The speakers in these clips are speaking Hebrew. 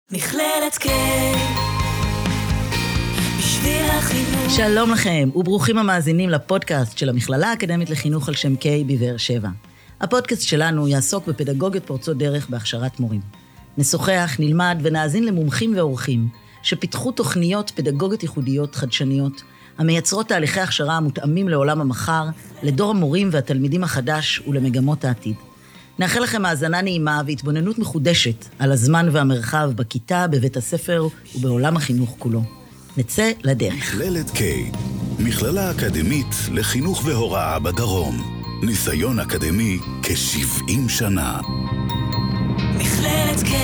מכללת K בשביל החינוך. שלום לכם וברוכים המאזינים לפודקאסט של המכללה האקדמית לחינוך על שם K בבאר שבע. הפודקאסט שלנו יעסוק בפדגוגיות פורצות דרך בהכשרת מורים. נשוחח, נלמד ונאזין למומחים ואורחים שפיתחו תוכניות פדגוגיות ייחודיות חדשניות המייצרות תהליכי הכשרה המותאמים לעולם המחר, לדור המורים והתלמידים החדש ולמגמות העתיד. נאחל לכם האזנה נעימה והתבוננות מחודשת על הזמן והמרחב בכיתה, בבית הספר ובעולם החינוך כולו. נצא לדרך. מכללת K, מכללה אקדמית לחינוך והוראה בדרום. ניסיון אקדמי כ-70 שנה. מכללת K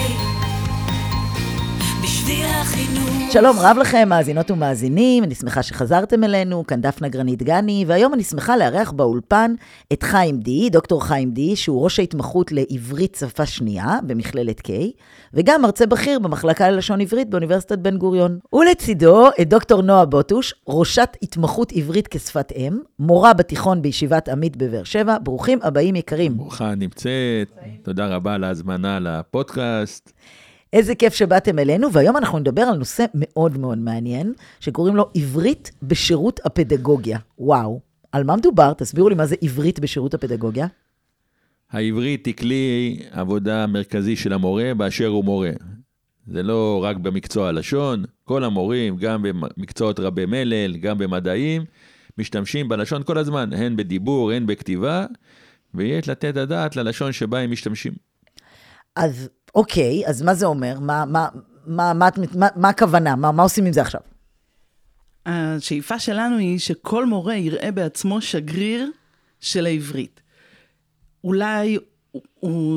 בשביל החינוך. שלום רב לכם, מאזינות ומאזינים, אני שמחה שחזרתם אלינו, כאן דפנה גרנית גני, והיום אני שמחה לארח באולפן את חיים די, דוקטור חיים די, שהוא ראש ההתמחות לעברית שפה שנייה במכללת K, וגם מרצה בכיר במחלקה ללשון עברית באוניברסיטת בן גוריון. ולצידו את דוקטור נועה בוטוש, ראשת התמחות עברית כשפת אם, מורה בתיכון בישיבת עמית בבאר שבע. ברוכים הבאים יקרים. ברוכה נמצאת, תודה רבה על ההזמנה לפודקאסט. איזה כיף שבאתם אלינו, והיום אנחנו נדבר על נושא מאוד מאוד מעניין, שקוראים לו עברית בשירות הפדגוגיה. וואו, על מה מדובר? תסבירו לי מה זה עברית בשירות הפדגוגיה. העברית היא כלי עבודה מרכזי של המורה באשר הוא מורה. זה לא רק במקצוע הלשון, כל המורים, גם במקצועות רבי מלל, גם במדעים, משתמשים בלשון כל הזמן, הן בדיבור, הן בכתיבה, ויש לתת הדעת ללשון שבה הם משתמשים. אז אוקיי, אז מה זה אומר? מה הכוונה? מה עושים עם זה עכשיו? השאיפה שלנו היא שכל מורה יראה בעצמו שגריר של העברית. אולי הוא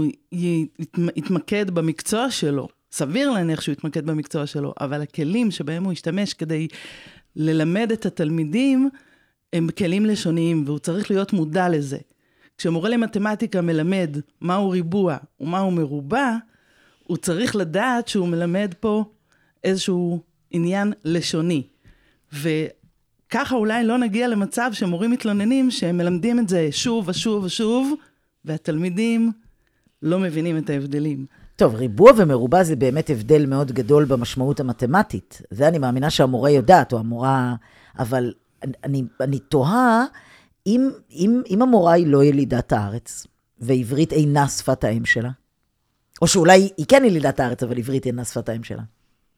יתמקד במקצוע שלו, סביר להניח שהוא יתמקד במקצוע שלו, אבל הכלים שבהם הוא ישתמש כדי ללמד את התלמידים הם כלים לשוניים, והוא צריך להיות מודע לזה. כשמורה למתמטיקה מלמד מהו ריבוע ומהו מרובע, הוא צריך לדעת שהוא מלמד פה איזשהו עניין לשוני. וככה אולי לא נגיע למצב שמורים מתלוננים שהם מלמדים את זה שוב ושוב ושוב, והתלמידים לא מבינים את ההבדלים. טוב, ריבוע ומרובע זה באמת הבדל מאוד גדול במשמעות המתמטית. זה אני מאמינה שהמורה יודעת, או המורה, אבל אני תוהה, אם המורה היא לא ילידת הארץ, ועברית אינה שפת האם שלה, או שאולי היא כן ילידת הארץ, אבל עברית אינה שפת האם שלה.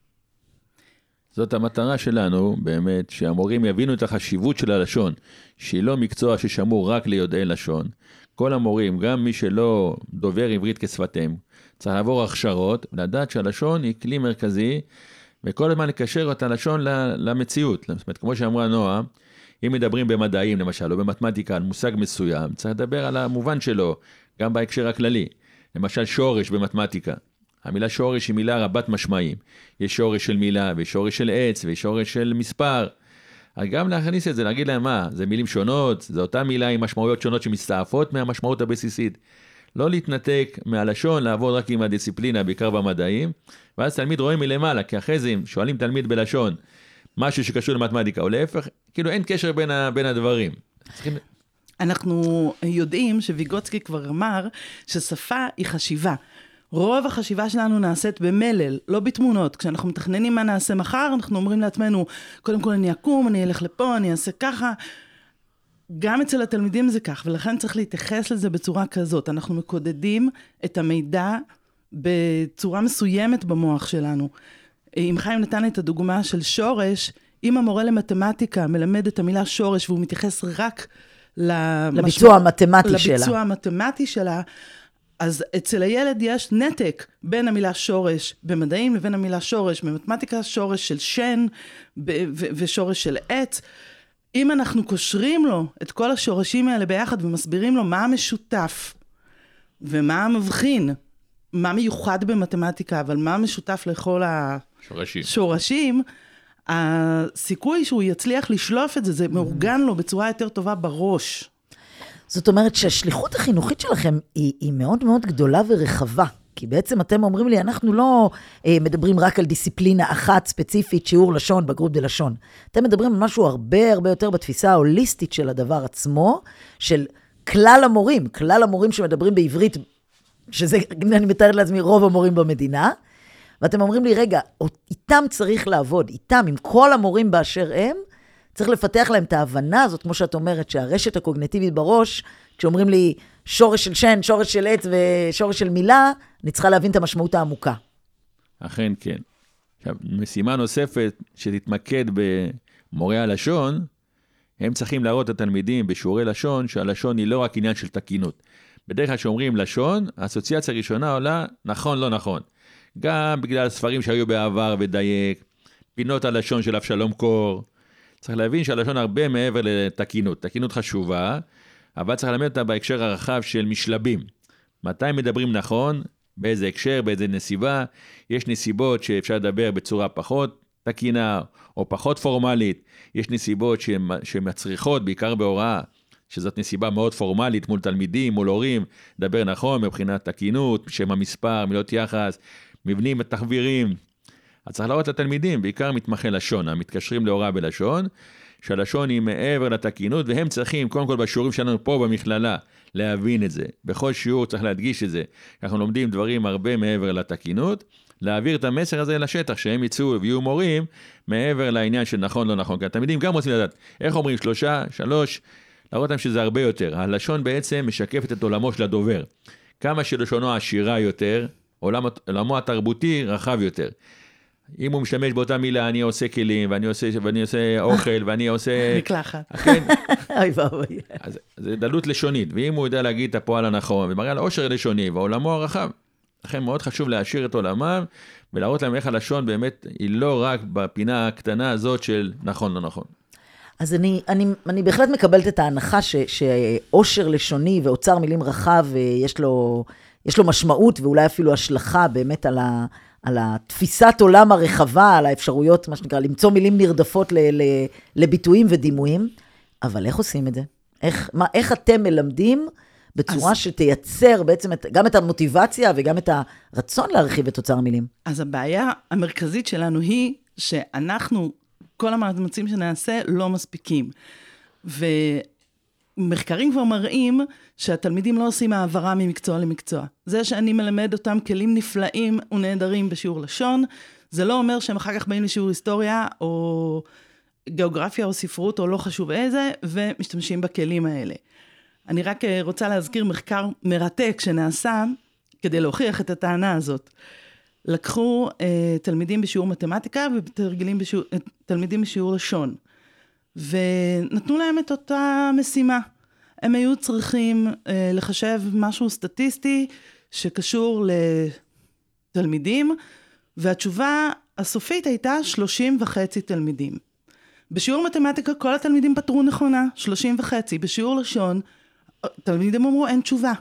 זאת המטרה שלנו, באמת, שהמורים יבינו את החשיבות של הלשון, שהיא לא מקצוע ששמור רק ליודעי לשון. כל המורים, גם מי שלא דובר עברית כשפת אם, צריך לעבור הכשרות, לדעת שהלשון היא כלי מרכזי, וכל הזמן לקשר את הלשון למציאות. זאת אומרת, כמו שאמרה נועה, אם מדברים במדעים, למשל, או במתמטיקה, על מושג מסוים, צריך לדבר על המובן שלו, גם בהקשר הכללי. למשל, שורש במתמטיקה. המילה שורש היא מילה רבת משמעים. יש שורש של מילה, ויש שורש של עץ, ויש שורש של מספר. אז גם להכניס את זה, להגיד להם מה, זה מילים שונות, זה אותה מילה עם משמעויות שונות שמסתעפות מהמשמעות הבסיסית. לא להתנתק מהלשון, לעבוד רק עם הדיסציפלינה, בעיקר במדעים, ואז תלמיד רואה מלמעלה, כי אחרי זה שואלים תלמיד בלשון, משהו שקשור למתמטיקה, או להפך, כאילו אין קשר בין הדברים. אנחנו יודעים שוויגוצקי כבר אמר ששפה היא חשיבה. רוב החשיבה שלנו נעשית במלל, לא בתמונות. כשאנחנו מתכננים מה נעשה מחר, אנחנו אומרים לעצמנו, קודם כל אני אקום, אני אלך לפה, אני אעשה ככה. גם אצל התלמידים זה כך, ולכן צריך להתייחס לזה בצורה כזאת. אנחנו מקודדים את המידע בצורה מסוימת במוח שלנו. אם חיים נתן את הדוגמה של שורש, אם המורה למתמטיקה מלמד את המילה שורש, והוא מתייחס רק לביצוע המתמטי שלה, אז אצל הילד יש נתק בין המילה שורש במדעים לבין המילה שורש במתמטיקה, שורש של שן ושורש של עץ. אם אנחנו קושרים לו את כל השורשים האלה ביחד ומסבירים לו מה המשותף ומה המבחין, מה מיוחד במתמטיקה, אבל מה משותף לכל השורשים, הסיכוי שהוא יצליח לשלוף את זה, זה מאורגן לו בצורה יותר טובה בראש. זאת אומרת שהשליחות החינוכית שלכם היא מאוד מאוד גדולה ורחבה, כי בעצם אתם אומרים לי, אנחנו לא מדברים רק על דיסציפלינה אחת ספציפית, שיעור לשון, בגרות בלשון. אתם מדברים על משהו הרבה הרבה יותר בתפיסה ההוליסטית של הדבר עצמו, של כלל המורים שמדברים בעברית, שזה, אני מתארת לעצמי, רוב המורים במדינה, ואתם אומרים לי, רגע, איתם צריך לעבוד, איתם, עם כל המורים באשר הם, צריך לפתח להם את ההבנה הזאת, כמו שאת אומרת, שהרשת הקוגניטיבית בראש, כשאומרים לי שורש של שן, שורש של עץ ושורש של מילה, אני צריכה להבין את המשמעות העמוקה. אכן כן. עכשיו, משימה נוספת שתתמקד במורי הלשון, הם צריכים להראות לתלמידים בשיעורי לשון, שהלשון היא לא רק עניין של תקינות. בדרך כלל שאומרים לשון, האסוציאציה הראשונה עולה נכון, לא נכון. גם בגלל ספרים שהיו בעבר ודייק, פינות הלשון של אבשלום קור. צריך להבין שהלשון הרבה מעבר לתקינות. תקינות חשובה, אבל צריך ללמד אותה בהקשר הרחב של משלבים. מתי מדברים נכון, באיזה הקשר, באיזה נסיבה. יש נסיבות שאפשר לדבר בצורה פחות תקינה, או פחות פורמלית. יש נסיבות שמצריכות, בעיקר בהוראה, שזאת נסיבה מאוד פורמלית מול תלמידים, מול הורים, דבר נכון מבחינת תקינות, שם המספר, מילות יחס, מבנים ותחבירים. אז צריך להראות לתלמידים, בעיקר מתמחי לשון, המתקשרים להוראה בלשון, שהלשון היא מעבר לתקינות, והם צריכים, קודם כל בשיעורים שלנו פה במכללה, להבין את זה. בכל שיעור צריך להדגיש את זה. אנחנו לומדים דברים הרבה מעבר לתקינות, להעביר את המסר הזה לשטח, שהם יצאו ויהיו מורים, מעבר לעניין של נכון לא נכון. כי התלמידים גם רוצים לדעת, איך אומרים 3, 3, להראות להם שזה הרבה יותר. הלשון בעצם משקפת את עולמו של הדובר. כמה שלשונו עשירה יותר, עולמו התרבותי רחב יותר. אם הוא משתמש באותה מילה, אני עושה כלים, ואני עושה אוכל, ואני עושה... מקלחת. כן. אוי ואוי. אז זה דלות לשונית, ואם הוא יודע להגיד את הפועל הנכון, ומראה על עושר לשוני, ועולמו הרחב, לכן מאוד חשוב להשאיר את עולמם, ולהראות להם איך הלשון באמת היא לא רק בפינה הקטנה הזאת של נכון לא נכון. אז אני בהחלט מקבלת את ההנחה שעושר לשוני ואוצר מילים רחב, יש לו משמעות ואולי אפילו השלכה באמת על התפיסת עולם הרחבה, על האפשרויות, מה שנקרא, למצוא מילים נרדפות לביטויים ודימויים. אבל איך עושים את זה? איך אתם מלמדים בצורה שתייצר בעצם גם את המוטיבציה וגם את הרצון להרחיב את אוצר המילים? אז הבעיה המרכזית שלנו היא שאנחנו, כל המאמצים שנעשה לא מספיקים. ומחקרים כבר מראים שהתלמידים לא עושים העברה ממקצוע למקצוע. זה שאני מלמד אותם כלים נפלאים ונהדרים בשיעור לשון, זה לא אומר שהם אחר כך באים לשיעור היסטוריה או גיאוגרפיה או ספרות או לא חשוב איזה, ומשתמשים בכלים האלה. אני רק רוצה להזכיר מחקר מרתק שנעשה כדי להוכיח את הטענה הזאת. לקחו תלמידים בשיעור מתמטיקה ותלמידים בשיעור לשון, ונתנו להם את אותה משימה. הם היו צריכים לחשב משהו סטטיסטי שקשור לתלמידים, והתשובה הסופית הייתה 30.5 תלמידים. בשיעור מתמטיקה כל התלמידים פתרו נכונה, 30.5. בשיעור לשון, תלמידים אמרו אין תשובה.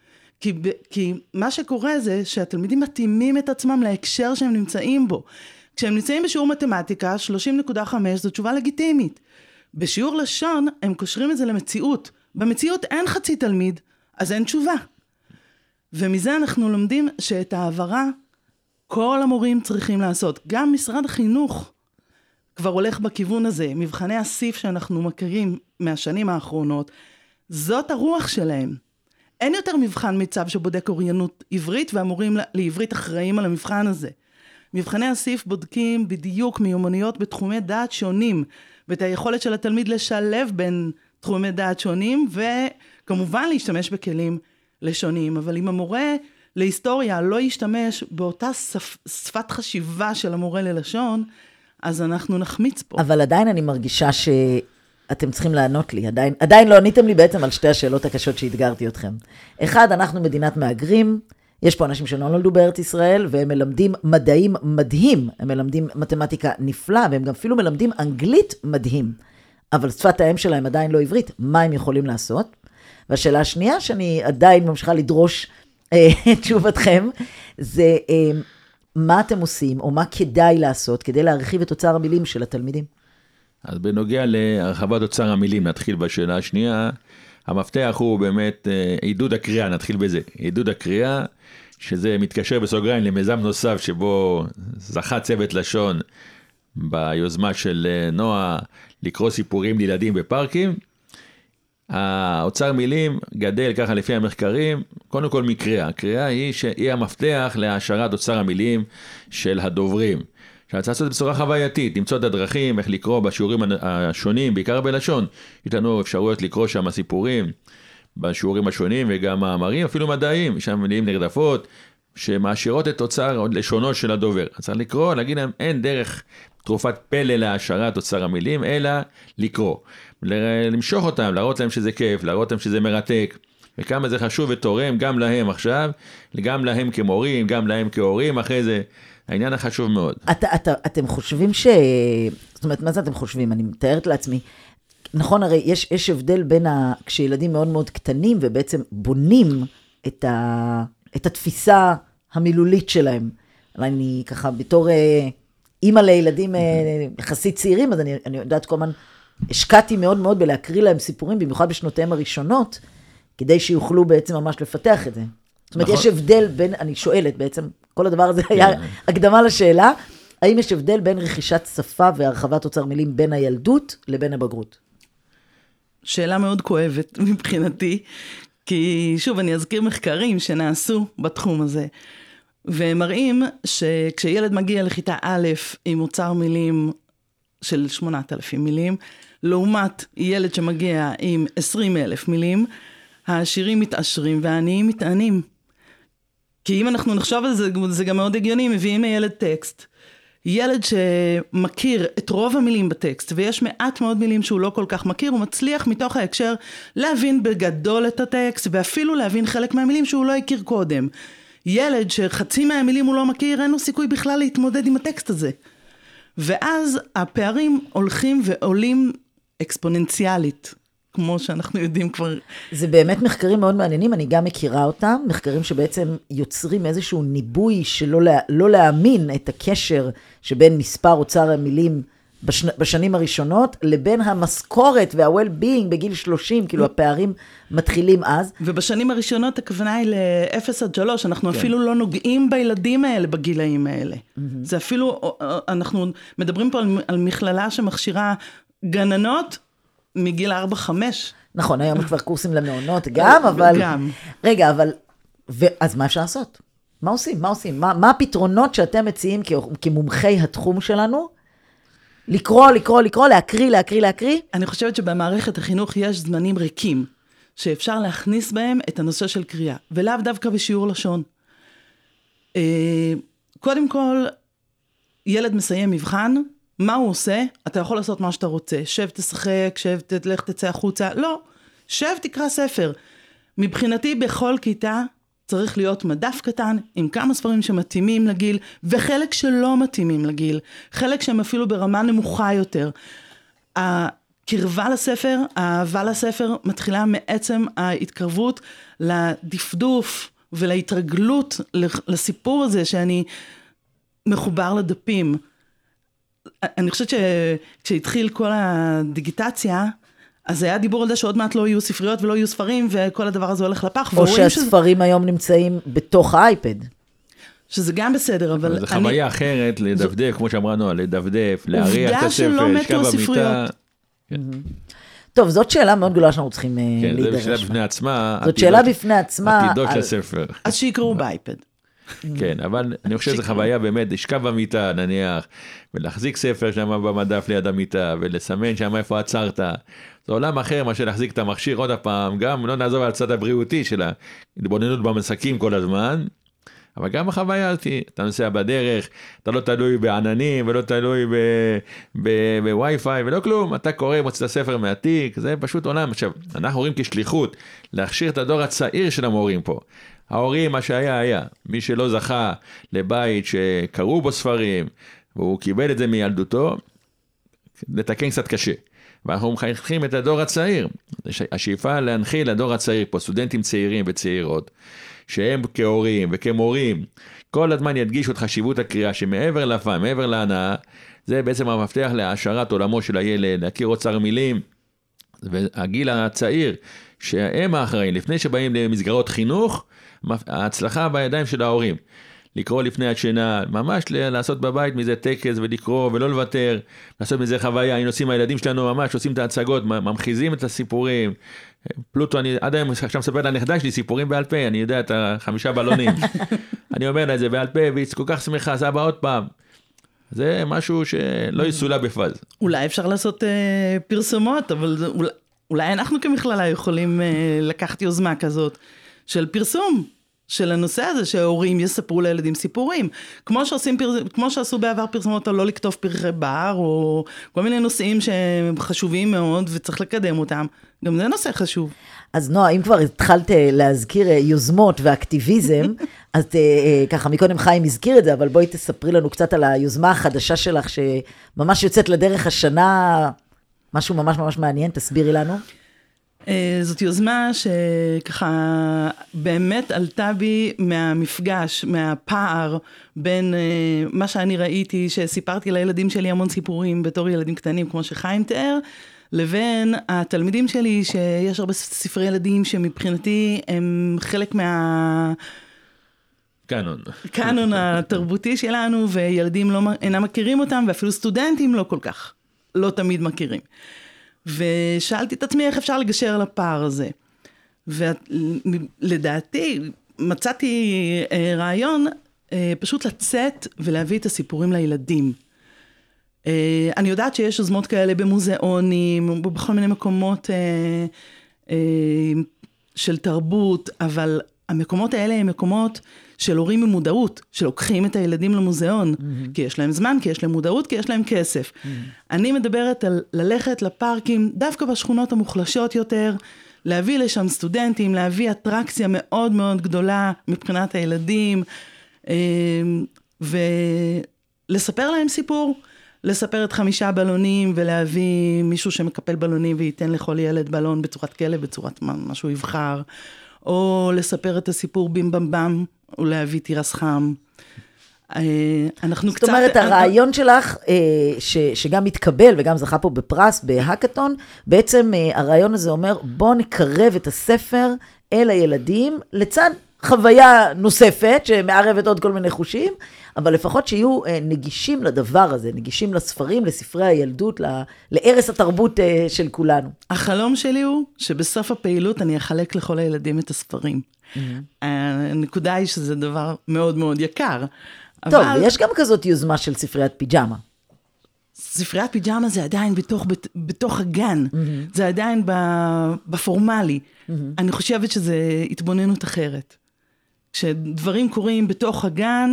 כי מה שקורה זה שהתלמידים מתאימים את עצמם להקשר שהם נמצאים בו. כשהם נמצאים בשיעור מתמטיקה, 30.5 זו תשובה לגיטימית. בשיעור לשון הם קושרים את זה למציאות. במציאות אין חצי תלמיד, אז אין תשובה. ומזה אנחנו לומדים שאת העברה כל המורים צריכים לעשות. גם משרד החינוך כבר הולך בכיוון הזה. מבחני הסיף שאנחנו מכירים מהשנים האחרונות, זאת הרוח שלהם. אין יותר מבחן מיצב שבודק אוריינות עברית, והמורים לעברית אחראים על המבחן הזה. מבחני הסיף בודקים בדיוק מיומנויות בתחומי דעת שונים, ואת היכולת של התלמיד לשלב בין תחומי דעת שונים, וכמובן להשתמש בכלים לשוניים. אבל אם המורה להיסטוריה לא ישתמש באותה שפת חשיבה של המורה ללשון, אז אנחנו נחמיץ פה. אבל עדיין אני מרגישה שאתם צריכים לענות לי. עדיין לא עניתם לי בעצם על שתי השאלות הקשות שהתגרתי אתכם. אחד, אנחנו מדינת מהגרים, יש פה אנשים שלא נולדו בארץ ישראל, והם מלמדים מדעים מדהים, הם מלמדים מתמטיקה נפלא, והם גם אפילו מלמדים אנגלית מדהים. אבל שפת האם שלהם עדיין לא עברית, מה הם יכולים לעשות? והשאלה השנייה, שאני עדיין ממשיכה לדרוש את תשובתכם, זה מה אתם עושים, או מה כדאי לעשות, כדי להרחיב את אוצר המילים של התלמידים? אז בנוגע להרחבת אוצר המילים, נתחיל בשאלה השנייה, המפתח הוא באמת עידוד הקריאה, נתחיל בזה, עידוד הקריאה, שזה מתקשר בסוגריים למיזם נוסף, שבו זכה צוות לשון, ביוזמה של נועה, לקרוא סיפורים לילדים בפארקים. האוצר מילים גדל ככה לפי המחקרים, קודם כל מקריאה. הקריאה היא המפתח להעשרת אוצר המילים של הדוברים. עכשיו, צריך לעשות את זה בצורה חווייתית, למצוא את הדרכים, איך לקרוא בשיעורים השונים, בעיקר בלשון. יש לנו אפשרויות לקרוא שם סיפורים בשיעורים השונים, וגם מאמרים, אפילו מדעיים, יש שם מילים נרדפות, שמעשירות את אוצר לשונו של הדובר. אז צריך לקרוא, להגיד להם, אין דרך תרופת פלא להעשרת אוצר המילים, אלא לקרוא. למשוך אותם, להראות להם שזה כיף, להראות להם שזה מרתק, וכמה זה חשוב ותורם גם להם עכשיו, גם להם כמורים, גם להם כהורים, אחרי זה, העניין החשוב מאוד. אתם חושבים זאת אומרת, מה זה אתם חושבים? אני מתארת לעצמי, נכון, הרי יש הבדל בין כשילדים מאוד מאוד קטנים, ובעצם בונים את התפיסה המילולית שלהם. אני ככה בתור אימא לילדים יחסית צעירים, אז אני יודעת כל הזמן, השקעתי מאוד מאוד בלהקריא להם סיפורים, במיוחד בשנותיהם הראשונות, כדי שיוכלו בעצם ממש לפתח את זה. זאת אומרת, יש הבדל בין, אני שואלת בעצם, כל הדבר הזה היה הקדמה לשאלה, האם יש הבדל בין רכישת שפה והרחבת אוצר מילים בין הילדות לבין הבגרות? שאלה מאוד כואבת מבחינתי, כי שוב, אני אזכיר מחקרים שנעשו בתחום הזה, ומראים שכשילד מגיע לכיתה א' עם אוצר מילים של 8,000 מילים, לעומת ילד שמגיע עם 20,000 מילים, העשירים מתעשרים והעניים מתענים. כי אם אנחנו נחשוב על זה, זה גם מאוד הגיוני, מביאים לילד טקסט. ילד שמכיר את רוב המילים בטקסט, ויש מעט מאוד מילים שהוא לא כל כך מכיר, הוא מצליח מתוך ההקשר להבין בגדול את הטקסט, ואפילו להבין חלק מהמילים שהוא לא הכיר קודם. ילד שחצי מהמילים הוא לא מכיר, אין לו סיכוי בכלל להתמודד עם הטקסט הזה. ואז הפערים הולכים ועולים אקספוננציאלית, כמו שאנחנו יודעים כבר. זה באמת מחקרים מאוד מעניינים, אני גם מכירה אותם, מחקרים שבעצם יוצרים איזשהו ניבוי שלא לא להאמין את הקשר שבין מספר אוצר המילים בשנים הראשונות, לבין המשכורת וה-well-being בגיל 30, כאילו הפערים מתחילים אז. ובשנים הראשונות הכוונה היא ל-0 עד 3, אנחנו אפילו לא נוגעים בילדים האלה, בגילאים האלה. זה אפילו, אנחנו מדברים פה על מכללה שמכשירה גננות מגיל 4-5. נכון, היום כבר קורסים למעונות גם, אבל... גם. רגע, אבל... אז מה אפשר לעשות? מה עושים? מה הפתרונות שאתם מציעים כמומחי התחום שלנו? לקרוא, להקריא. אני חושבת שבמערכת החינוך יש זמנים ריקים, שאפשר להכניס בהם את הנושא של קריאה, ולאו דווקא בשיעור לשון. קודם כל, ילד מסיים מבחן, מה הוא עושה? אתה יכול לעשות מה שאתה רוצה. שב תשחק, לך תצא החוצה. לא, שב תקרא ספר. מבחינתי בכל כיתה צריך להיות מדף קטן עם כמה ספרים שמתאימים לגיל, וחלק שלא מתאימים לגיל. חלק שהם אפילו ברמה נמוכה יותר. הקרבה לספר, האהבה לספר, מתחילה מעצם ההתקרבות לדפדוף ולהתרגלות לסיפור הזה שאני מחובר לדפים. אני חושבת שכשהתחיל כל הדיגיטציה, אז היה דיבור על זה שעוד מעט לא יהיו ספריות ולא יהיו ספרים, וכל הדבר הזה הולך לפח. או שהספרים היום נמצאים בתוך האייפד. שזה גם בסדר, אבל... זו חוויה אחרת לדפדף, כמו שאמרנו, לדפדף, להריח את הספר, לשכב במיטה. טוב, זאת שאלה מאוד גדולה שאנחנו צריכים להידרש. כן, זו שאלה בפני עצמה. זאת שאלה בפני עצמה. עתידו של הספר. אז שיקראו באייפד. כן, אבל אני חושב שזו חוויה באמת, לשכב במיטה נניח, ולהחזיק ספר שם במדף ליד המיטה, ולסמן שם איפה עצרת. זה עולם אחר מה שלהחזיק את המכשיר עוד הפעם, גם לא נעזוב על הצד הבריאותי שלה, התבוננות במסכים כל הזמן, אבל גם החוויה הזאת, אתה נוסע בדרך, אתה לא תלוי בעננים, ולא תלוי בווי-פיי, ולא כלום, אתה קורא, מוצא את הספר מהתיק, זה פשוט עולם. עכשיו, אנחנו רואים כשליחות, להכשיר את הדור הצעיר של המורים פה. ההורים, מה שהיה היה, מי שלא זכה לבית שקראו בו ספרים, והוא קיבל את זה מילדותו, לתקן קצת קשה. ואנחנו מחנכים את הדור הצעיר, השאיפה להנחיל לדור הצעיר פה, סטודנטים צעירים וצעירות, שהם כהורים וכמורים, כל הזמן ידגישו את חשיבות הקריאה, שמעבר לפעם, מעבר להנאה, זה בעצם המפתח להעשרת עולמו של הילד, להכיר אוצר מילים, והגיל הצעיר, שהם האחראים, לפני שבאים למסגרות חינוך, ההצלחה בידיים של ההורים. לקרוא לפני השינה, ממש לעשות בבית מזה טקס ולקרוא ולא לוותר, לעשות מזה חוויה, היינו עושים, הילדים שלנו ממש עושים את ההצגות, ממחיזים את הסיפורים, פלוטו, אני עד היום עכשיו מספר לנכדה שלי סיפורים בעל פה, אני יודע את 5 בלונים, אני אומר לה את זה בעל פה, והיא כל כך שמחה, סבא עוד פעם, זה משהו שלא יסולא בפז. אולי אפשר לעשות פרסומות, אבל אולי אנחנו כמכללה יכולים לקחת יוזמה כזאת של פרסום, של הנושא הזה, שההורים יספרו לילדים סיפורים. כמו שעשו בעבר פרסומות על לא לכתוב פרחי בר, או כל מיני נושאים שהם חשובים מאוד וצריך לקדם אותם. גם זה נושא חשוב. אז נועה, אם כבר התחלת להזכיר יוזמות ואקטיביזם, אז ככה, מקודם חיים הזכיר את זה, אבל בואי תספרי לנו קצת על היוזמה החדשה שלך, שממש יוצאת לדרך השנה, משהו ממש ממש מעניין, תסבירי לנו. זאת יוזמה שככה באמת עלתה בי מהמפגש, מהפער בין מה שאני ראיתי, שסיפרתי לילדים שלי המון סיפורים בתור ילדים קטנים, כמו שחיים תיאר, לבין התלמידים שלי, שיש הרבה ספרי ילדים שמבחינתי הם חלק קאנון התרבותי שלנו, וילדים אינם מכירים אותם, ואפילו סטודנטים לא כל כך, לא תמיד מכירים. ושאלתי את עצמי איך אפשר לגשר על הפער הזה. ולדעתי, מצאתי רעיון פשוט לצאת ולהביא את הסיפורים לילדים. אני יודעת שיש יוזמות כאלה במוזיאונים, בכל מיני מקומות של תרבות, אבל המקומות האלה הם מקומות של הורים ממודעות, שלוקחים את הילדים למוזיאון, כי יש להם זמן, כי יש להם מודעות, כי יש להם כסף. אני מדברת על ללכת לפארקים, דווקא בשכונות המוחלשות יותר, להביא לשם סטודנטים, להביא אטרקציה מאוד מאוד גדולה מבחינת הילדים, ולספר להם סיפור, לספר את 5 בלונים, ולהביא מישהו שמקפל בלונים, וייתן לכל ילד בלון בצורת כלב, בצורת מה שהוא יבחר, או לספר את הסיפור בים בם בם, או להביא תירס חם. זאת אומרת, הרעיון שלך, שגם מתקבל וגם זכה פה בפרס, בהאקתון, בעצם הרעיון הזה אומר, בוא נקרב את הספר אל הילדים, לצד חוויה נוספת, שמערבת עוד כל מיני חושים, אבל לפחות שיהיו נגישים לדבר הזה, נגישים לספרים, לספרי הילדות, לערש התרבות של כולנו. החלום שלי הוא שבסוף הפעילות אני אחלק לכל הילדים את הספרים. הנקודה היא שזה דבר מאוד מאוד יקר. טוב, יש גם כזאת יוזמה של ספריית פיג'מה. ספריית פיג'מה זה עדיין בתוך הגן, זה עדיין בפורמלי. אני חושבת שזה התבוננות אחרת. כשדברים קורים בתוך הגן,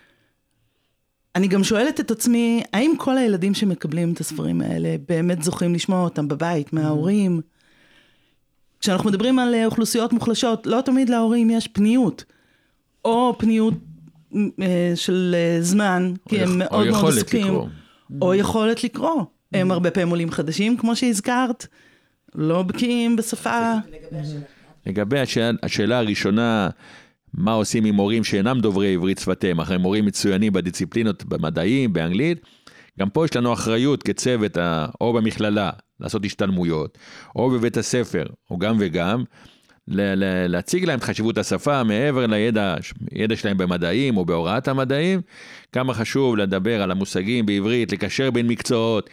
אני גם שואלת את עצמי, האם כל הילדים שמקבלים את הספרים האלה באמת זוכים לשמוע אותם בבית, מההורים? כשאנחנו מדברים על אוכלוסיות מוחלשות, לא תמיד להורים יש פניות, או פניות של זמן, כי הם מאוד מאוד עסוקים, או יכולת לקרוא. הם הרבה פעמים עולים חדשים, כמו שהזכרת, לא בקיאים בשפה. לגבי השאלה הראשונה, מה עושים עם מורים שאינם דוברי עברית שפתיהם, אחרי מורים מצוינים בדיסציפלינות, במדעים, באנגלית, גם פה יש לנו אחריות כצוות, או במכללה, לעשות השתלמויות, או בבית הספר, או גם וגם, להציג להם את חשיבות השפה, מעבר לידע שלהם במדעים, או בהוראת המדעים, כמה חשוב לדבר על המושגים בעברית, לקשר בין מקצועות,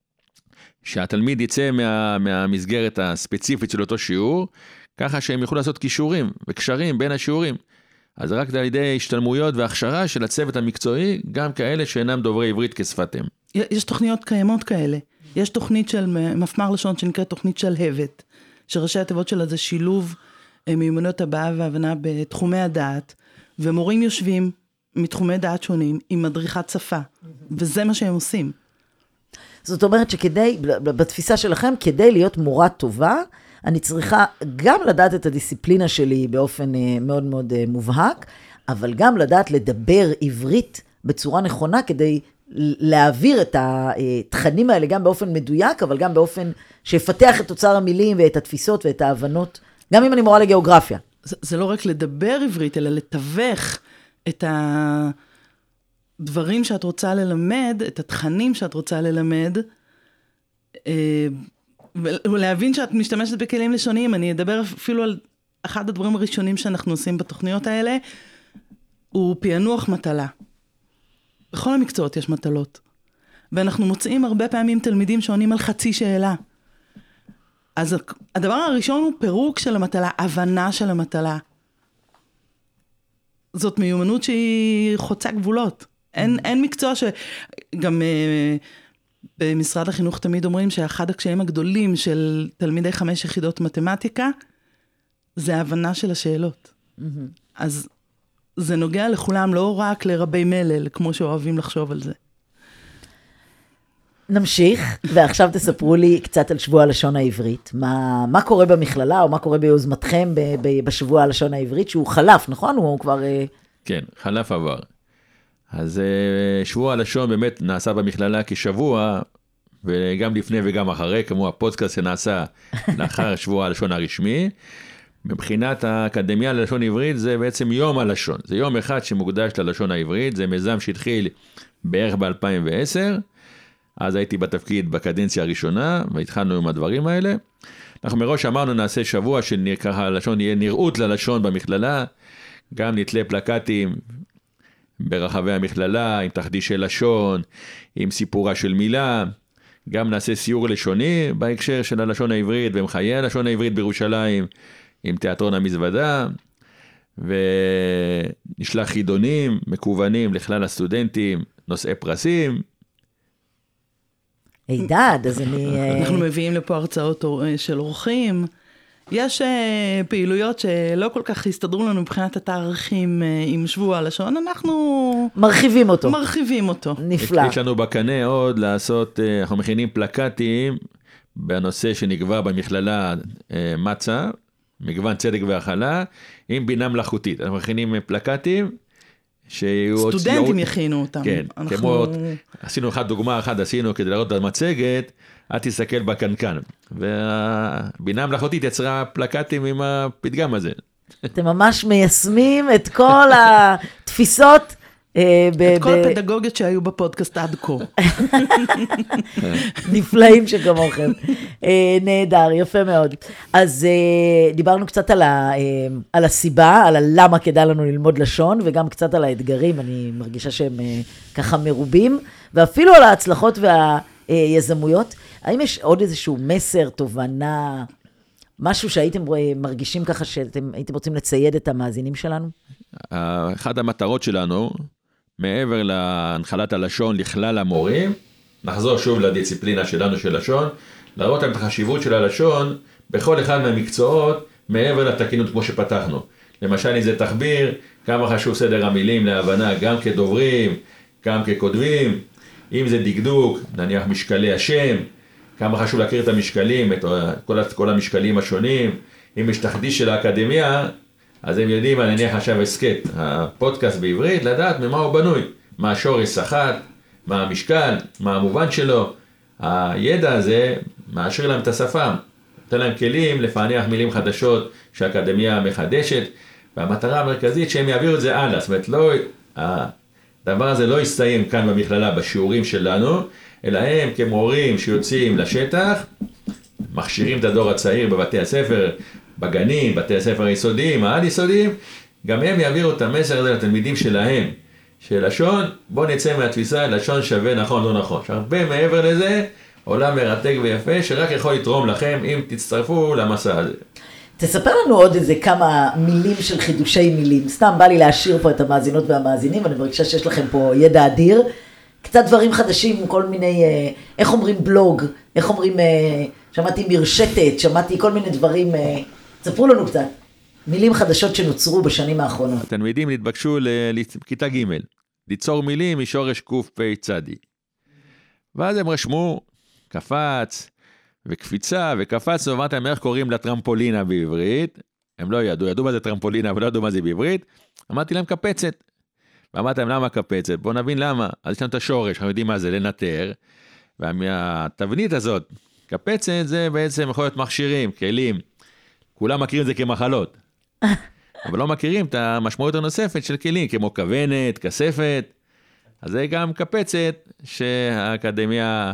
שהתלמיד יצא מהמסגרת הספציפית של אותו שיעור, ככה שהם יוכלו לעשות קישורים וקשרים בין השיעורים. אז רק על ידי השתלמויות והכשרה של הצוות המקצועי, גם כאלה שאינם דוברי עברית כשפת אם. יש תוכניות קיימות כאלה. יש תוכנית של מפמר לשון שנקראת תוכנית שלהבת, שראשי התיבות שלה זה שילוב מיומנויות הבעה והבנה בתחומי הדעת, ומורים יושבים מתחומי דעת שונים עם מדריכת שפה, וזה מה שהם עושים. זאת אומרת שכדי, בתפיסה שלכם, כדי להיות מורה טובה, אני צריכה גם לדעת את הדיסציפלינה שלי באופן מאוד מאוד מובהק, אבל גם לדעת לדבר עברית בצורה נכונה, כדי להעביר את התכנים האלה גם באופן מדויק, אבל גם באופן שיפתח את אוצר המילים ואת התפיסות ואת ההבנות, גם אם אני מורה לגיאוגרפיה. זה לא רק לדבר עברית, אלא לתווך את הדברים שאת רוצה ללמד, את התכנים שאת רוצה ללמד, ולהבין שאת משתמשת בכלים לשוניים. אני אדבר אפילו על אחד הדברים הראשונים שאנחנו עושים בתוכניות האלה, הוא פענוח מטלה. בכל המקצועות יש מטלות. ואנחנו מוצאים הרבה פעמים תלמידים שעונים על חצי שאלה. אז הדבר הראשון הוא פירוק של המטלה, הבנה של המטלה. זאת מיומנות שהיא חוצה גבולות. אין מקצוע שגם במשרד החינוך תמיד אומרים שאחד הקשיים הגדולים של תלמידי 5 יחידות מתמטיקה, זה ההבנה של השאלות. אז זה נוגע לכולם, לא רק לרבי מלל, כמו שאוהבים לחשוב על זה. נמשיך, ועכשיו תספרו לי קצת על שבוע הלשון העברית. מה קורה במכללה, או מה קורה ביוזמתכם בשבוע הלשון העברית, שהוא חלף, נכון? הוא כבר... כן, חלף עבר. אז שבוע הלשון באמת נעשה במכללה כשבוע, וגם לפני וגם אחרי, כמו הפודקאסט שנעשה לאחר שבוע הלשון הרשמי. מבחינת האקדמיה ללשון עברית זה בעצם יום הלשון. זה יום אחד שמוקדש ללשון העברית, זה מיזם שהתחיל בערך ב-2010, אז הייתי בתפקיד בקדנציה הראשונה, והתחלנו עם הדברים האלה. אנחנו מראש אמרנו נעשה שבוע שככה הלשון יהיה נראות ללשון במכללה, גם נתלה פלקטים ברחבי המכללה, עם תחדישי לשון, עם סיפורה של מילה, גם נעשה סיור לשוני בהקשר של הלשון העברית, ומחיי הלשון העברית בירושלים, עם תיאטרון המזוודה, ונשלח חידונים מקוונים לכלל הסטודנטים, נושאי פרסים. הידד, אז אנחנו מביאים לפה הרצאות של אורחים. יש פעילויות שלא כל כך הסתדרו לנו מבחינת התאריכים עם שבוע הלשון, אנחנו... מרחיבים אותו. מרחיבים אותו. נפלא. יש לנו בקנה עוד לעשות, אנחנו מכינים פלקטים בנושא שנקבע במכללה מצה, מגוון צדק והכלה, עם בינה מלאכותית. אנחנו מכינים פלקטים, סטודנטים יכינו אותם. כן, כמו, עשינו דוגמה אחת, עשינו כדי לראות את המצגת, את תסתכל בקנקן, והבינה המלאכותית יצרה פלקטים עם הפתגם הזה. אתם ממש מיישמים את כל התפיסות, את כל הפדגוגיות שהיו בפודקאסט עד כה. נפלאים שכמוכם. נהדר, יפה מאוד. אז דיברנו קצת על הסיבה, על למה כדאי לנו ללמוד לשון, וגם קצת על האתגרים, אני מרגישה שהם ככה מרובים, ואפילו על ההצלחות והיזמויות. האם יש עוד איזשהו מסר, תובנה, משהו שהייתם מרגישים ככה שאתם הייתם רוצים לצייד את המאזינים שלנו? אחת המטרות שלנו, מעבר להנחלת הלשון לכלל המורים, נחזור שוב לדיסציפלינה שלנו של לשון, להראות להם את החשיבות של הלשון בכל אחד מהמקצועות, מעבר לתקינות כמו שפתחנו. למשל, אם זה תחביר, כמה חשוב סדר המילים להבנה, גם כדוברים, גם ככותבים, אם זה דקדוק, נניח משקלי השם, כמה חשוב להכיר את המשקלים, את כל המשקלים השונים, אם יש תחדיש של האקדמיה, אז הם יודעים, אני נניח עכשיו הסקט, הפודקאסט בעברית, לדעת ממה הוא בנוי, מה השורש שחת, מה המשקל, מה המובן שלו. הידע הזה מאשר להם את השפה, נותן להם כלים לפענח מילים חדשות שהאקדמיה מחדשת, והמטרה המרכזית שהם יעבירו את זה הלאה, זאת אומרת, הדבר הזה לא יסתיים כאן במכללה בשיעורים שלנו, אלא הם כמורים שיוצאים לשטח, מכשירים את הדור הצעיר בבתי הספר, בגנים, בתי הספר היסודיים, העל יסודיים, גם הם יעבירו את המסר הזה לתלמידים שלהם, של לשון, בוא נצא מהתפיסה, לשון שווה נכון לא נכון. הרבה מעבר לזה, עולם מרתק ויפה, שרק יכול לתרום לכם אם תצטרפו למסע הזה. תספר לנו עוד איזה כמה מילים של חידושי מילים. סתם בא לי להשאיר פה את המאזינות והמאזינים, ואני מרגישה שיש לכם פה ידע אדיר. קצת דברים חדשים, כל מיני, איך אומרים בלוג, איך אומרים, שמעתי מרשתת, שמעתי כל מיני דברים, תספרו לנו קצת. מילים חדשות שנוצרו בשנים האחרונות. התלמידים נתבקשו לכיתה ג' ליצור מילים משורש קפ"צ. ואז הם רשמו קפץ וקפיצה וקפץ, ואמרתי להם איך קוראים לטרמפולינה בעברית. הם לא ידעו מה זה טרמפולינה, אבל לא ידעו מה זה בעברית. אמרתי להם קפצת. ואמרתי להם למה קפצת? בואו נבין למה. אז יש לנו את השורש, אנחנו יודעים מה זה, לנטר. והתבנית הזאת, קפצת זה בעצם יכול להיות מכשירים, כלים. כולם מכירים את זה כמחלות. אבל לא מכירים את המשמעות הנוספת של כלים, כמו כוונת, כספת. אז זה גם קפצת שהאקדמיה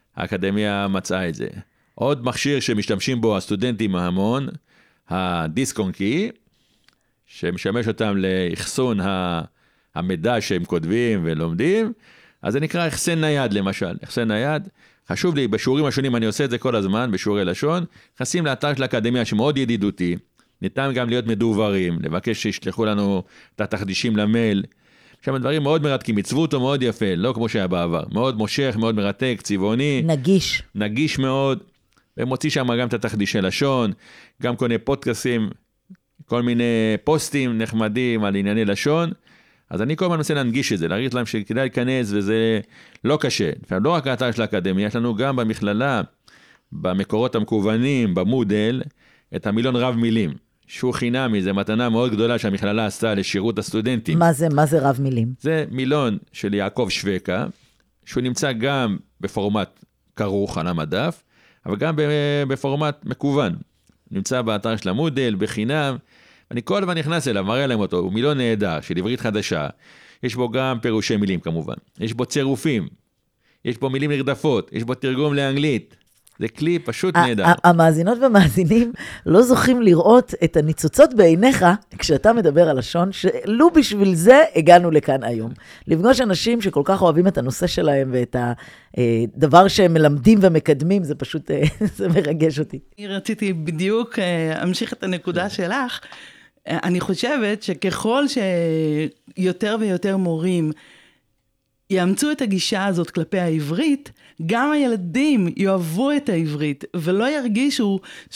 מצאה את זה. עוד מכשיר שמשתמשים בו הסטודנטים המון, הדיסק און קי, שמשמש אותם לאחסון המידע שהם כותבים ולומדים, אז זה נקרא החסן נייד למשל. החסן נייד, חשוב לי, בשיעורים השונים אני עושה את זה כל הזמן, בשיעורי לשון, נכנסים לאתר של האקדמיה שמאוד ידידותי, ניתן גם להיות מדוברים, לבקש שישלחו לנו את התחדישים למייל, שם דברים מאוד מרתקים, מצוו אותו מאוד יפה, לא כמו שהיה בעבר, מאוד מושך, מאוד מרתק, צבעוני. נגיש מאוד, ומוציא שם גם את התחדישי לשון, גם כל מיני פודקאסים, כל מיני פוסטים נחמדים על ענייני לשון, אז אני כל הזמן מנסה להנגיש את זה, להראות להם שכדאי להיכנס, וזה לא קשה. לא רק האתר של האקדמיה, יש לנו גם במכללה, במקורות המקוונים, במודל, את המילון רב מילים. שהוא חינמי, זה מתנה מאוד גדולה שהמכללה עשתה לשירות הסטודנטים. מה זה רב מילים? זה מילון של יעקב שווקה, שהוא נמצא גם בפורמט כרוך על המדף, אבל גם בפורמט מקוון. נמצא באתר של המודל, בחינם, אני כל הזמן נכנס אליו, מראה להם אותו, הוא מילון נהדר של עברית חדשה, יש בו גם פירושי מילים כמובן, יש בו צירופים, יש בו מילים נרדפות, יש בו תרגום לאנגלית, זה כלי פשוט נהדר. המאזינות והמאזינים לא זוכים לראות את הניצוצות בעיניך כשאתה מדבר על לשון, שלו בשביל זה הגענו לכאן היום. לפגוש אנשים שכל כך אוהבים את הנושא שלהם ואת הדבר שהם מלמדים ומקדמים, זה פשוט, זה מרגש אותי. אני רציתי בדיוק להמשיך את הנקודה שלך. אני חושבת שככל שיותר ויותר מורים יאמצו את הגישה הזאת כלפי העברית, גם הילדים יאהבו את העברית, ולא ירגישו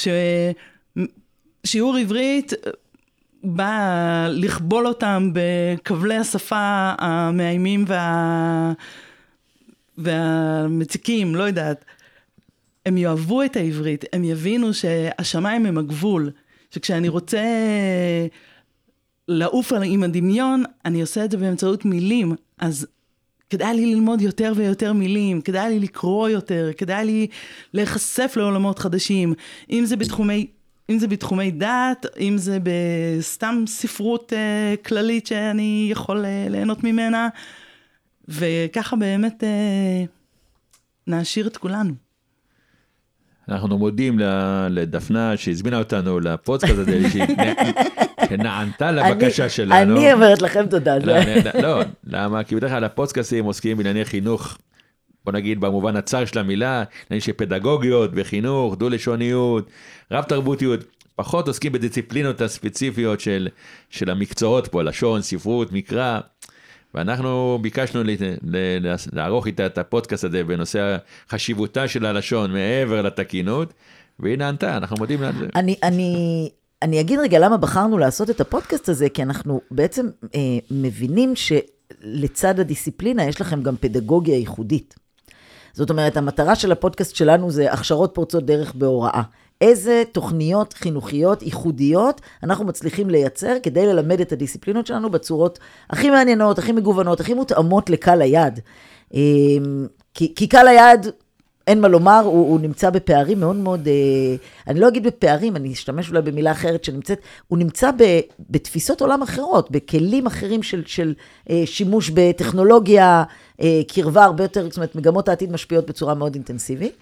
ששיעור עברית בא לכבול אותם בכבלי השפה המאיימים והמציקים, לא יודעת. הם יאהבו את העברית, הם יבינו שהשמיים הם הגבול, שכשאני רוצה לעוף עם הדמיון, אני עושה את זה באמצעות מילים, אז כדאי לי ללמוד יותר ויותר מילים, כדאי לי לקרוא יותר, כדאי לי להיחשף לעולמות חדשים, אם זה בתחומי דת, אם זה בסתם ספרות כללית שאני יכול ליהנות ממנה, וככה באמת נעשיר את כולנו. אנחנו מודים לדפנה שהזמינה אותנו לפודקאסט הזה, שנענתה לבקשה שלנו. אני אומרת לכם תודה. לא, למה? כי בדרך כלל הפודקאסטים עוסקים בענייני חינוך, בוא נגיד במובן הצר של המילה, עניינים של פדגוגיות וחינוך, דו-לשוניות, רב תרבותיות, פחות עוסקים בדיסציפלינות הספציפיות של המקצועות פה, לשון, ספרות, מקרא, ואנחנו ביקשנו לערוך איתה את הפודקאסט הזה בנושא חשיבותה של הלשון מעבר לתקינות, והיא נענתה, אנחנו מודים לה. אני אגיד רגע למה בחרנו לעשות את הפודקאסט הזה, כי אנחנו בעצם מבינים שלצד הדיסציפלינה יש לכם גם פדגוגיה ייחודית. זאת אומרת, המטרה של הפודקאסט שלנו זה הכשרות פורצות דרך בהוראה. איזה תוכניות חינוכיות ייחודיות אנחנו מצליחים לייצר כדי ללמד את הדיסציפלינות שלנו בצורות הכי מעניינות, הכי מגוונות, הכי מותאמות לקהל היעד. כי קהל היעד, אין מה לומר, הוא נמצא בפערים מאוד מאוד, אני לא אגיד בפערים, אני אשתמש אולי במילה אחרת שנמצאת, הוא נמצא בתפיסות עולם אחרות, בכלים אחרים של שימוש בטכנולוגיה, קרבה הרבה יותר, זאת אומרת, מגמות העתיד משפיעות בצורה מאוד אינטנסיבית.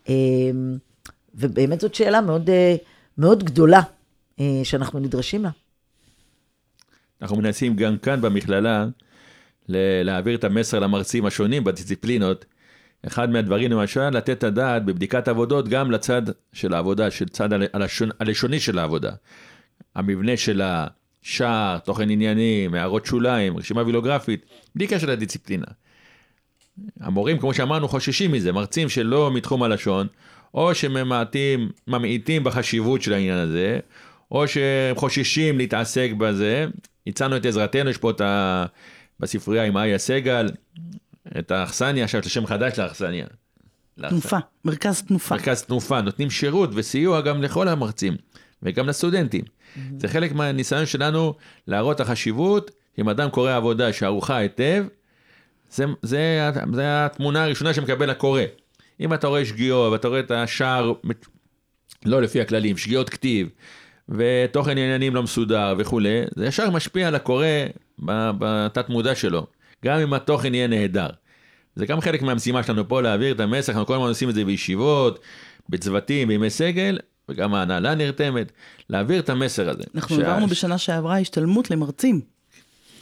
ובאמת זאת שאלה מאוד, מאוד גדולה שאנחנו נדרשים לה. אנחנו מנסים גם כאן במכללה להעביר את המסר למרצים השונים בדיסציפלינות. אחד מהדברים למשל, לתת את הדעת בבדיקת עבודות גם לצד של העבודה, של צד הלשוני של העבודה. המבנה של השער, תוכן עניינים, הערות שוליים, רשימה בילוגרפית, בדיקה של הדיסציפלינה. המורים, כמו שאמרנו, חוששים מזה, מרצים שלא מתחום הלשון, או שממעיטים בחשיבות של העניין הזה, או שהם חוששים להתעסק בזה. הצענו את עזרתנו, יש פה בספרייה עם איה סגל, את האכסניה, עכשיו לשם חדש לאכסניה. תנופה, מרכז תנופה. מרכז תנופה, נותנים שירות וסיוע גם לכל המרצים, וגם לסטודנטים. זה חלק מהניסיון שלנו להראות החשיבות, אם אדם קורא עבודה שערוכה היטב, זה התמונה הראשונה שמקבל הקורא. אם אתה רואה שגיאות, ואתה רואה את השער, לא לפי הכללים, שגיאות כתיב, ותוכן עניינים לא מסודר וכו', זה ישר משפיע על הקורא בתת מודע שלו, גם אם התוכן יהיה נהדר. זה גם חלק מהמשימה שלנו פה, להעביר את המסר, אנחנו כל הזמן עושים את זה בישיבות, בצוותים, בימי סגל, וגם ההנהלה נרתמת, להעביר את המסר הזה. אנחנו עברנו בשנה שעברה השתלמות למרצים.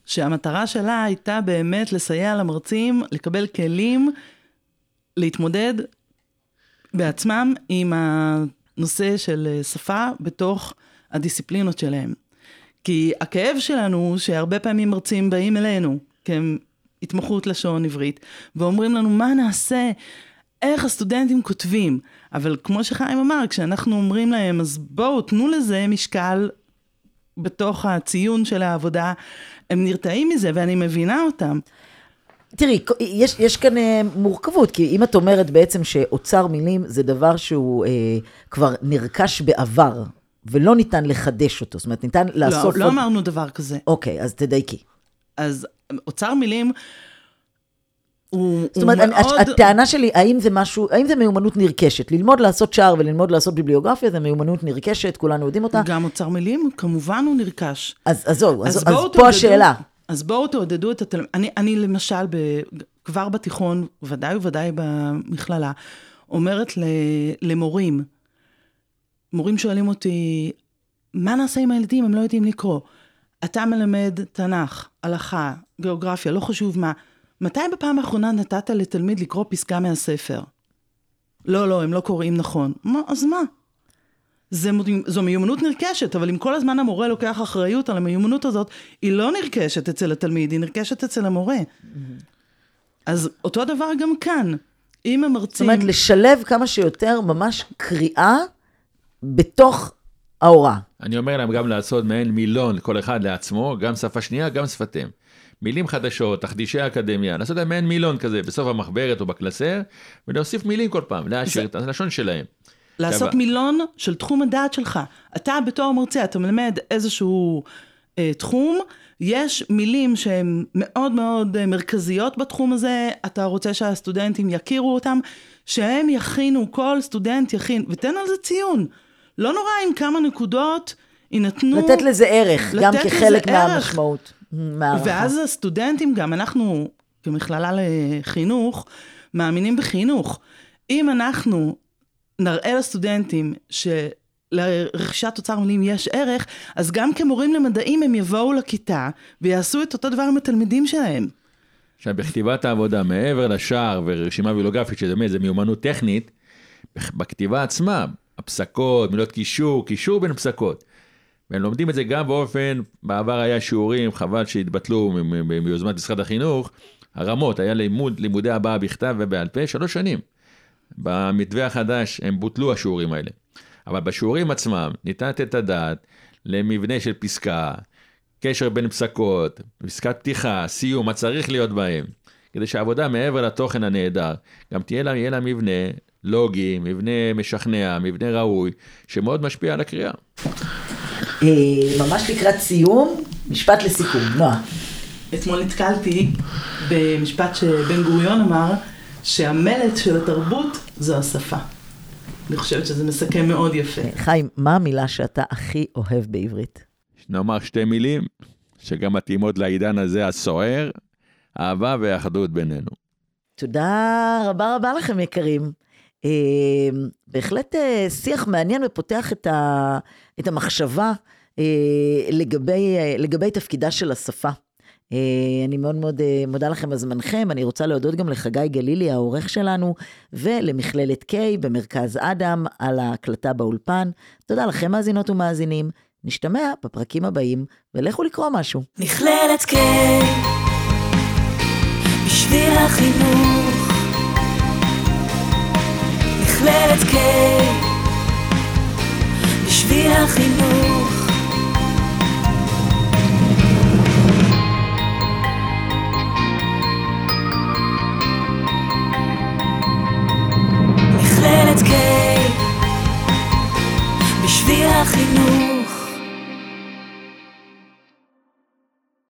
שהמטרה שלה הייתה באמת לסייע למרצים, לקבל כלים, להתמודד בעצמם עם הנושא של שפה בתוך הדיסציפלינות שלהם. כי הכאב שלנו הוא שהרבה פעמים מרצים באים אלינו, כהתמחות לשון עברית, ואומרים לנו מה נעשה, איך הסטודנטים כותבים. אבל כמו שחיים אמר, כשאנחנו אומרים להם, אז בואו, תנו לזה משקל בתוך הציון של העבודה, הם נרתעים מזה, ואני מבינה אותם. תראי, יש כאן מורכבות, כי אם את אומרת בעצם שאוצר מילים זה דבר שהוא כבר נרכש בעבר, ולא ניתן לחדש אותו, זאת אומרת, ניתן לאסוף... לא אמרנו דבר כזה. אוקיי, אז תדייקי. אז אוצר מילים זאת אומרת, הטענה שלי, האם זה מיומנות נרכשת? ללמוד לעשות שער וללמוד לעשות ביבליוגרפיה, זה מיומנות נרכשת, כולנו יודעים אותה. גם אוצר מילים, כמובן הוא נרכש. אז פה השאלה. אז בואו תעודדו את התלמידים. אני למשל, כבר בתיכון, ודאי וודאי במכללה, אומרת למורים, מורים שואלים אותי, מה נעשה עם הילדים? הם לא יודעים לקרוא. אתה מלמד תנ"ך, הלכה, גיאוגרפיה, לא חשוב מה. מתי בפעם האחרונה נתת לתלמיד לקרוא פסקה מהספר? לא, הם לא קוראים נכון. אז מה? זו מיומנות נרכשת, אבל אם כל הזמן המורה לוקח אחריות על המיומנות הזאת, היא לא נרכשת אצל התלמיד, היא נרכשת אצל המורה. אז אותו דבר גם כאן. אם המרצים... זאת אומרת, לשלב כמה שיותר ממש קריאה בתוך ההוראה. אני אומר להם גם לעשות מעין מילון, כל אחד לעצמו, גם שפה שנייה, גם שפתים. מילים חדשות, תחדישי האקדמיה, לעשות להם מעין מילון כזה, בסוף המחברת או בקלסר, ולהוסיף מילים כל פעם, להשאיר את הלשון שלהם. לעשות מילון של תחום הדעת שלך. אתה בתור מרצה, אתה מלמד איזשהו תחום, יש מילים שהן מאוד מאוד מרכזיות בתחום הזה, אתה רוצה שהסטודנטים יכירו אותם, שהם יכינו, כל סטודנט יכין, ותן על זה ציון. לא נורא עם כמה נקודות ינתנו... לתת לזה ערך, גם כחלק מהמשמעות. ואז הסטודנטים גם, אנחנו כמכללה לחינוך, מאמינים בחינוך. אם אנחנו נראה לסטודנטים שלרכישת אוצר מילים יש ערך, אז גם כמורים למדעים הם יבואו לכיתה, ויעשו את אותו דבר עם התלמידים שלהם. עכשיו, בכתיבת העבודה, מעבר לשער ורשימה ביבליוגרפית, שזה מיומנות טכנית, בכתיבה עצמה, הפסקות, מילות קישור בין פסקות. והם לומדים את זה גם באופן, בעבר היה שיעורים, חבל שהתבטלו מיוזמת משרד החינוך, הרמות, היה לימודי הבאה בכתב ובעל פה, 3 שנים. במתווה החדש הם בוטלו השיעורים האלה. אבל בשיעורים עצמם ניתן לתת את הדעת למבנה של פסקה, קשר בין פסקות, פסקת פתיחה, סיום, מה צריך להיות בהם. כדי שהעבודה מעבר לתוכן הנהדר, גם תהיה לה מבנה לוגי, מבנה משכנע, מבנה ראוי, שמאוד משפיע על הקריאה. ממש לקראת סיום, משפט לסיכום, נועה. אתמול נתקלתי במשפט שבן גוריון אמר, שהמלט של התרבות זו השפה. אני חושבת שזה מסכם מאוד יפה. חיים, מה המילה שאתה הכי אוהב בעברית? נאמר 2 מילים, שגם מתאימות לעידן הזה הסוער, אהבה ואחדות בינינו. תודה רבה רבה לכם יקרים. בהחלט שיח מעניין ופותח את המחשבה לגבי תפקידה של השפה. אני מאוד מאוד מודה לכם על זמנכם, אני רוצה להודות גם לחגי גלילי, העורך שלנו, ולמכללת K במרכז אדם על ההקלטה באולפן. תודה לכם מאזינות ומאזינים, נשתמע בפרקים הבאים, ולכו לקרוא משהו. מכללת K בשביל החינוך, מכללת K בשביל החינוך. מכללת K בשביל החינוך.